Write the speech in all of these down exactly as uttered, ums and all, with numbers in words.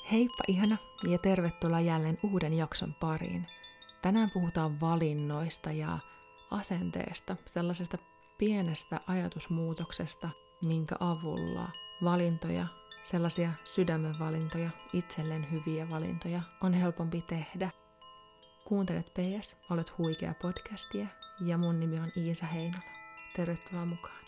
Heippa ihana ja tervetuloa jälleen uuden jakson pariin. Tänään puhutaan valinnoista ja asenteesta, sellaisesta pienestä ajatusmuutoksesta, minkä avulla valintoja, sellaisia sydämen valintoja, itselleen hyviä valintoja on helpompi tehdä. Kuuntelet P S, olet huikea podcastia ja mun nimi on Iisa Heinola. Tervetuloa mukaan.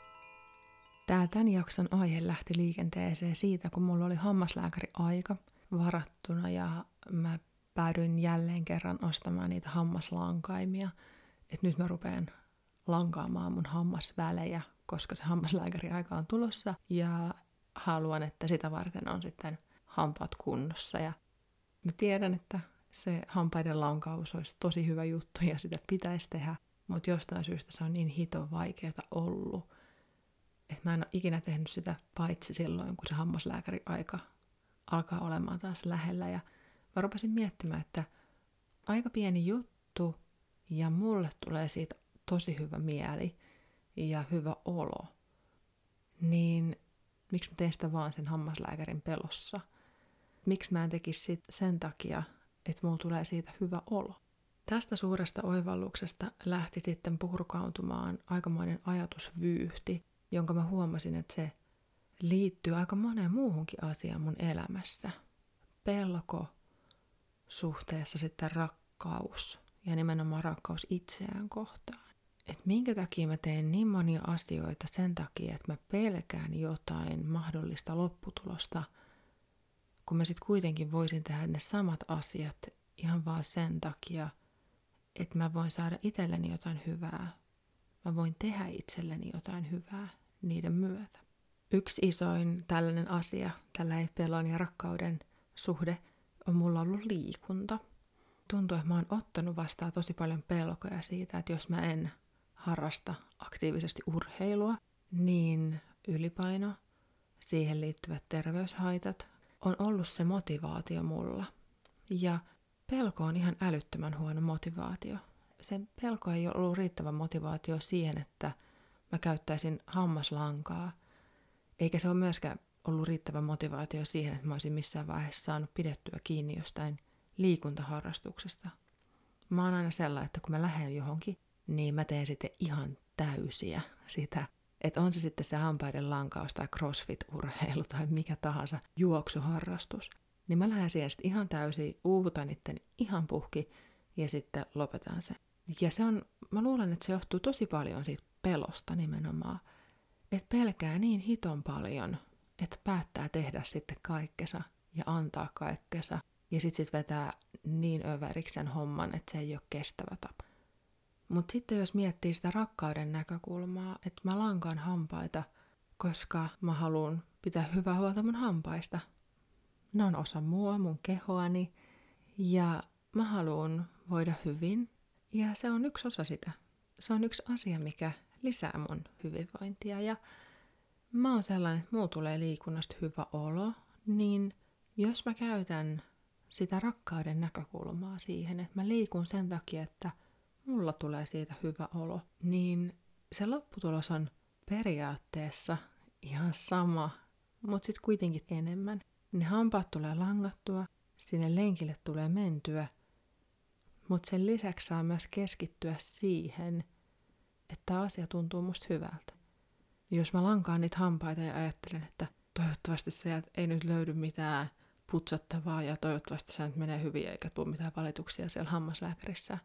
Tää tämän jakson aihe lähti liikenteeseen siitä, kun mulla oli hammaslääkäriaika varattuna ja mä päädyin jälleen kerran ostamaan niitä hammaslankaimia. Että nyt mä rupean lankaamaan mun hammasvälejä, koska se hammaslääkäriaika on tulossa ja haluan, että sitä varten on sitten hampaat kunnossa. Ja mä tiedän, että se hampaiden lankaus olisi tosi hyvä juttu ja sitä pitäisi tehdä, mutta jostain syystä se on niin hiton vaikeata ollut. Että mä en ole ikinä tehnyt sitä paitsi silloin, kun se hammaslääkäriaika alkaa olemaan taas lähellä. Ja mä rupesin miettimään, että aika pieni juttu ja mulle tulee siitä tosi hyvä mieli ja hyvä olo. Niin miksi mä teen sitä vaan sen hammaslääkärin pelossa? Miksi mä en tekisi sit sen takia, että mulla tulee siitä hyvä olo? Tästä suuresta oivalluksesta lähti sitten purkautumaan aikamoinen ajatusvyyhti, jonka mä huomasin, että se liittyy aika moneen muuhunkin asiaan mun elämässä. Pelko suhteessa sitten rakkaus ja nimenomaan rakkaus itseään kohtaan. Että minkä takia mä teen niin monia asioita sen takia, että mä pelkään jotain mahdollista lopputulosta, kun mä sit kuitenkin voisin tehdä ne samat asiat ihan vaan sen takia, että mä voin saada itselleni jotain hyvää. Mä voin tehdä itselleni jotain hyvää niiden myötä. Yksi isoin tällainen asia, tällainen pelon ja rakkauden suhde, on mulla ollut liikunta. Tuntuu, että mä oon ottanut vastaan tosi paljon pelkoja siitä, että jos mä en harrasta aktiivisesti urheilua, niin ylipaino, siihen liittyvät terveyshaitat, on ollut se motivaatio mulla. Ja pelko on ihan älyttömän huono motivaatio. Se pelko ei ole ollut riittävä motivaatio siihen, että mä käyttäisin hammaslankaa, eikä se ole myöskään ollut riittävä motivaatio siihen, että mä olisin missään vaiheessa saanut pidettyä kiinni jostain liikuntaharrastuksesta. Mä oon aina sellainen, että kun mä lähden johonkin, niin mä teen sitten ihan täysiä sitä, että on se sitten se hampaiden lankaus tai crossfit-urheilu tai mikä tahansa juoksuharrastus, niin mä lähden siihen sitten ihan täysin, uuvutan itten ihan puhki ja sitten lopetan sen. Ja se on, mä luulen, että se johtuu tosi paljon siitä pelosta nimenomaan, että pelkää niin hiton paljon, että päättää tehdä sitten kaikkensa ja antaa kaikkensa ja sitten sit vetää niin överiksi sen homman, että se ei ole kestävä tapa. Mutta sitten jos miettii sitä rakkauden näkökulmaa, että mä lankaan hampaita, koska mä haluan pitää hyvää huolta mun hampaista. Ne on osa mua, mun kehoani ja mä haluan voida hyvin ja se on yksi osa sitä. Se on yksi asia, mikä lisää mun hyvinvointia ja mä oon sellainen, että mulla tulee liikunnasta hyvä olo, niin jos mä käytän sitä rakkauden näkökulmaa siihen, että mä liikun sen takia, että mulla tulee siitä hyvä olo, niin se lopputulos on periaatteessa ihan sama, mutta sitten kuitenkin enemmän. Ne hampaat tulee langattua, sinne lenkille tulee mentyä, mutta sen lisäksi saa myös keskittyä siihen, että asia tuntuu musta hyvältä. Jos mä lankaan niitä hampaita ja ajattelen, että toivottavasti sieltä ei nyt löydy mitään putsattavaa ja toivottavasti se nyt menee hyvin eikä tule mitään valituksia siellä hammaslääkärissä.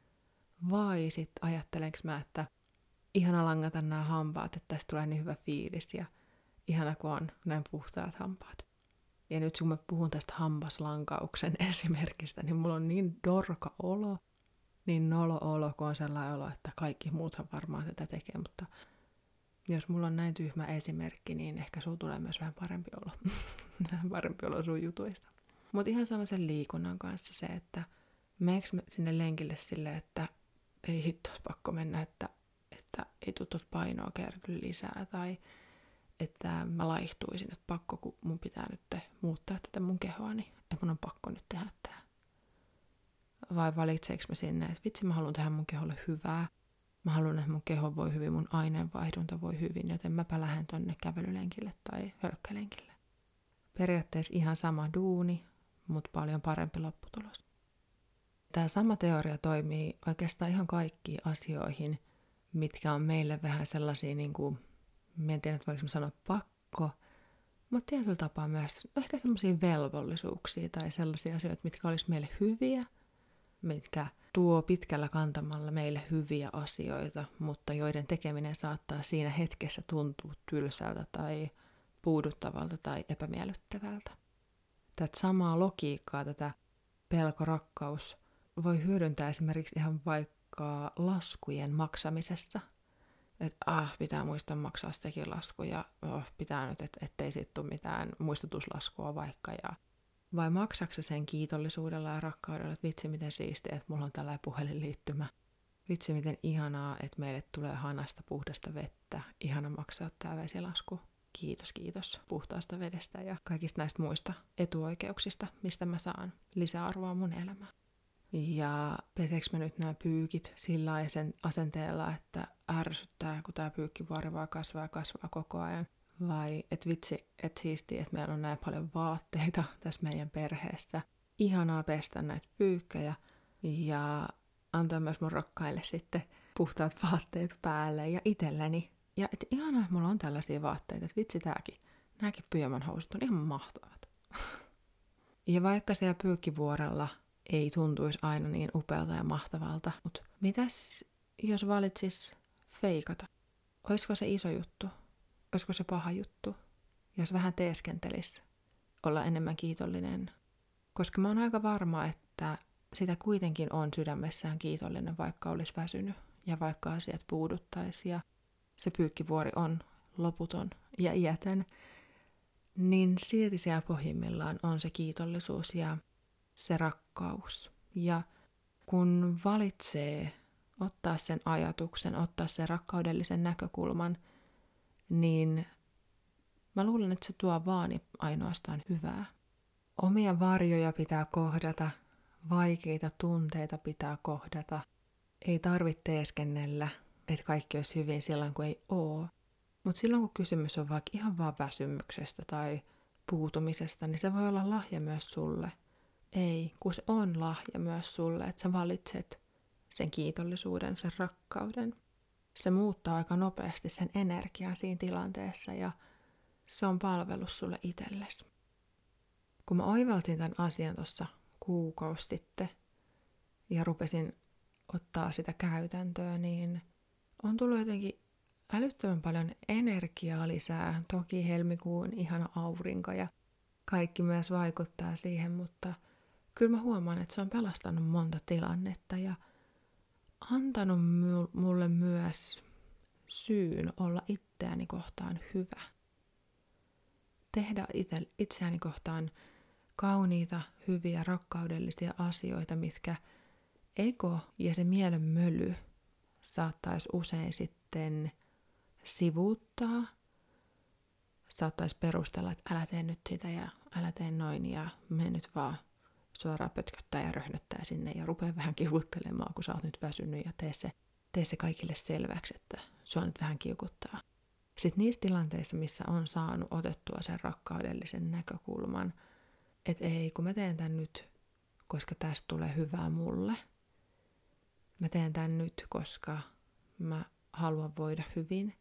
Vai sitten ajattelenko mä, että ihana langata nämä hampaat, että tästä tulee niin hyvä fiilis ja ihana kun on näin puhtaat hampaat. Ja nyt kun mä puhun tästä hampaslankauksen esimerkistä, niin mulla on niin dorka olo, niin nolo olo, kun on sellainen olo, että kaikki muuthan varmaan tätä tekee, mutta jos mulla on näin tyhmä esimerkki, niin ehkä sulla tulee myös vähän parempi olo. vähän parempi olo sun jutuista. Mutta ihan sama sen liikunnan kanssa se, että meneekö sinne lenkille silleen, että ei hitto, olisi pakko mennä, että, että ei tule tuota painoa kerty lisää tai että mä laihtuisin, että pakko, kun mun pitää nyt muuttaa tätä mun kehoani, että mun on pakko nyt tehdä tää. Vai valitseeko mä sinne, että vitsi mä haluan tehdä mun keholle hyvää. Mä haluan, että mun keho voi hyvin, mun aineenvaihdunta voi hyvin, joten mäpä lähden tonne kävelylenkille tai hölkkälenkille. Periaatteessa ihan sama duuni, mutta paljon parempi lopputulos. Tämä sama teoria toimii oikeastaan ihan kaikkiin asioihin, mitkä on meille vähän sellaisia, niin kuin, en tiedä, voiko sanoa pakko, mutta tietyllä tapaa myös ehkä sellaisia velvollisuuksia tai sellaisia asioita, mitkä olisi meille hyviä, mitkä tuo pitkällä kantamalla meille hyviä asioita, mutta joiden tekeminen saattaa siinä hetkessä tuntua tylsältä tai puuduttavalta tai epämiellyttävältä. Tätä samaa logiikkaa, tätä pelko-rakkaus, voi hyödyntää esimerkiksi ihan vaikka laskujen maksamisessa. Että ah, pitää muistaa maksaa sitäkin lasku ja oh, pitää nyt, et, ettei siitä tule mitään muistutuslaskua vaikka. Ja vai maksaksa sen kiitollisuudella ja rakkaudella, että vitsi miten siistiä, että mulla on tällainen puhelinliittymä. Vitsi miten ihanaa, että meille tulee hanasta puhdasta vettä. Ihana maksaa tämä vesilasku. Kiitos, kiitos puhtaasta vedestä ja kaikista näistä muista etuoikeuksista, mistä mä saan lisäarvoa mun elämään. Ja peseks mä nyt nämä pyykit sillä sen asenteella, että ärsyttää, kun tää pyykkivuori vaan kasvaa ja kasvaa koko ajan. Vai et vitsi, et siistiä, että meillä on näin paljon vaatteita tässä meidän perheessä. Ihanaa pestä näitä pyykkejä ja antaa myös mun rakkaille sitten puhtaat vaatteet päälle ja itselleni. Ja et ihanaa, että mulla on tällaisia vaatteita, että vitsi tääkin. Nääkin pyjamanhousut on ihan mahtavat. Ja vaikka siellä pyykkivuorella ei tuntuisi aina niin upealta ja mahtavalta, mutta mitäs jos valitsis feikata? Olisiko se iso juttu? Olisiko se paha juttu? Jos vähän teeskentelis olla enemmän kiitollinen? Koska mä oon aika varma, että sitä kuitenkin on sydämessään kiitollinen, vaikka olisi väsynyt ja vaikka asiat puuduttaisi ja se pyykkivuori on loputon ja iätön, niin silti siellä pohjimmillaan on se kiitollisuus ja se rakkaus. Ja kun valitsee ottaa sen ajatuksen, ottaa sen rakkaudellisen näkökulman, niin mä luulen, että se tuo vaan ainoastaan hyvää. Omia varjoja pitää kohdata, vaikeita tunteita pitää kohdata. Ei tarvitse teeskennellä, että kaikki olisi hyvin silloin, kun ei oo. Mutta silloin, kun kysymys on vaikka ihan vaan väsymyksestä tai puutumisesta, niin se voi olla lahja myös sulle. Ei, kun se on lahja myös sulle, että sä valitset sen kiitollisuuden, sen rakkauden. Se muuttaa aika nopeasti sen energiaa siinä tilanteessa ja se on palvelus sulle itsellesi. Kun mä oivalsin tämän asian tuossa kuukausi sitten ja rupesin ottaa sitä käytäntöä, niin on tullut jotenkin älyttömän paljon energiaa lisää. Toki helmikuun ihana aurinko ja kaikki myös vaikuttaa siihen, mutta kyllä mä huomaan, että se on pelastanut monta tilannetta ja antanut mulle myös syyn olla itseäni kohtaan hyvä. Tehdä itse, itseäni kohtaan kauniita, hyviä, rakkaudellisia asioita, mitkä ego ja se mielen möly saattaisi usein sitten sivuuttaa. Saattaisi perustella, että älä tee nyt sitä ja älä tee noin ja mene nyt vaan suoraan pötköttää ja röhnöttää sinne ja rupea vähän kiukuttelemaan, kun sä oot nyt väsynyt ja tee se, tee se kaikille selväksi, että sua nyt vähän kiukuttaa. Sitten niissä tilanteissa, missä on saanut otettua sen rakkaudellisen näkökulman, että ei, kun mä teen tän nyt, koska tästä tulee hyvää mulle. Mä teen tän nyt, koska mä haluan voida hyvin.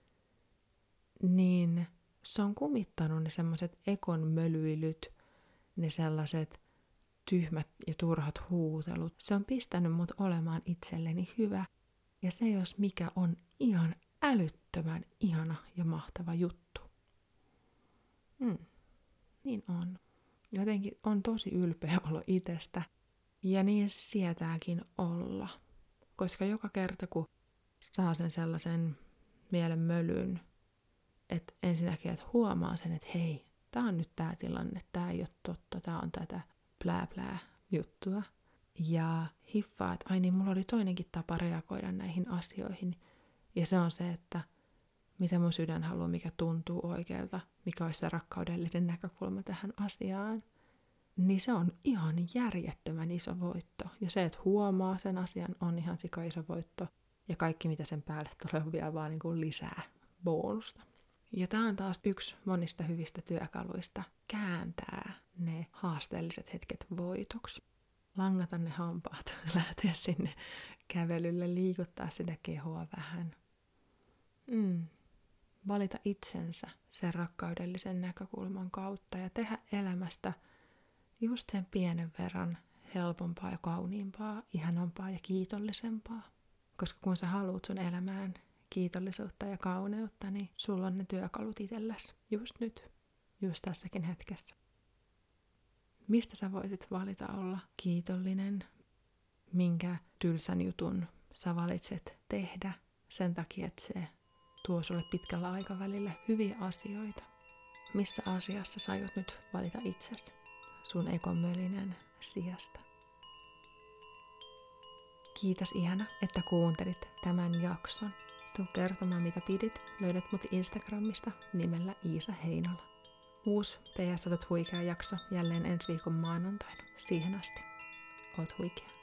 Niin se on kumittanut ne semmoiset ekon mölyilyt, ne sellaiset tyhmät ja turhat huutelut. Se on pistänyt mut olemaan itselleni hyvä. Ja se jos mikä on ihan älyttömän ihana ja mahtava juttu. Hmm. Niin on. Jotenkin on tosi ylpeä olo itsestä. Ja niin sietääkin olla. Koska joka kerta kun saa sen sellaisen mielen mölyn, että ensinnäkin että huomaa sen, että hei, tää on nyt tää tilanne, tää ei ole totta, tää on tätä plää plää juttua. Ja hiffaa, että ai niin, mulla oli toinenkin tapa reagoida näihin asioihin. Ja se on se, että mitä mun sydän haluaa, mikä tuntuu oikealta, mikä olisi se rakkaudellinen näkökulma tähän asiaan. Niin se on ihan järjettömän iso voitto. Ja se, että huomaa sen asian, on ihan sika iso voitto. Ja kaikki, mitä sen päälle tulee, on vielä vaan niin kuin lisää bonusta. Ja tämä on taas yksi monista hyvistä työkaluista kääntää ne haasteelliset hetket voitoksi. Langata ne hampaat, lähteä sinne kävelylle, liikuttaa sitä kehoa vähän. Mm. Valita itsensä sen rakkaudellisen näkökulman kautta ja tehdä elämästä just sen pienen verran helpompaa ja kauniimpaa, ihanampaa ja kiitollisempaa. Koska kun sä haluat sun elämään kiitollisuutta ja kauneutta, niin sulla on ne työkalut itselläsi just nyt, just tässäkin hetkessä. Mistä sä voisit valita olla kiitollinen? Minkä tylsän jutun sä valitset tehdä sen takia, että se tuo sulle pitkällä aikavälillä hyviä asioita? Missä asiassa sä aiot nyt valita itsesi sun ekomölinen sijasta? Kiitos ihana, että kuuntelit tämän jakson. Tuu kertomaan mitä pidit. Löydät mut Instagramista nimellä Iisa Heinola. Uusi P S Olet huikea jakso jälleen ensi viikon maanantaina. Siihen asti. Oot huikea.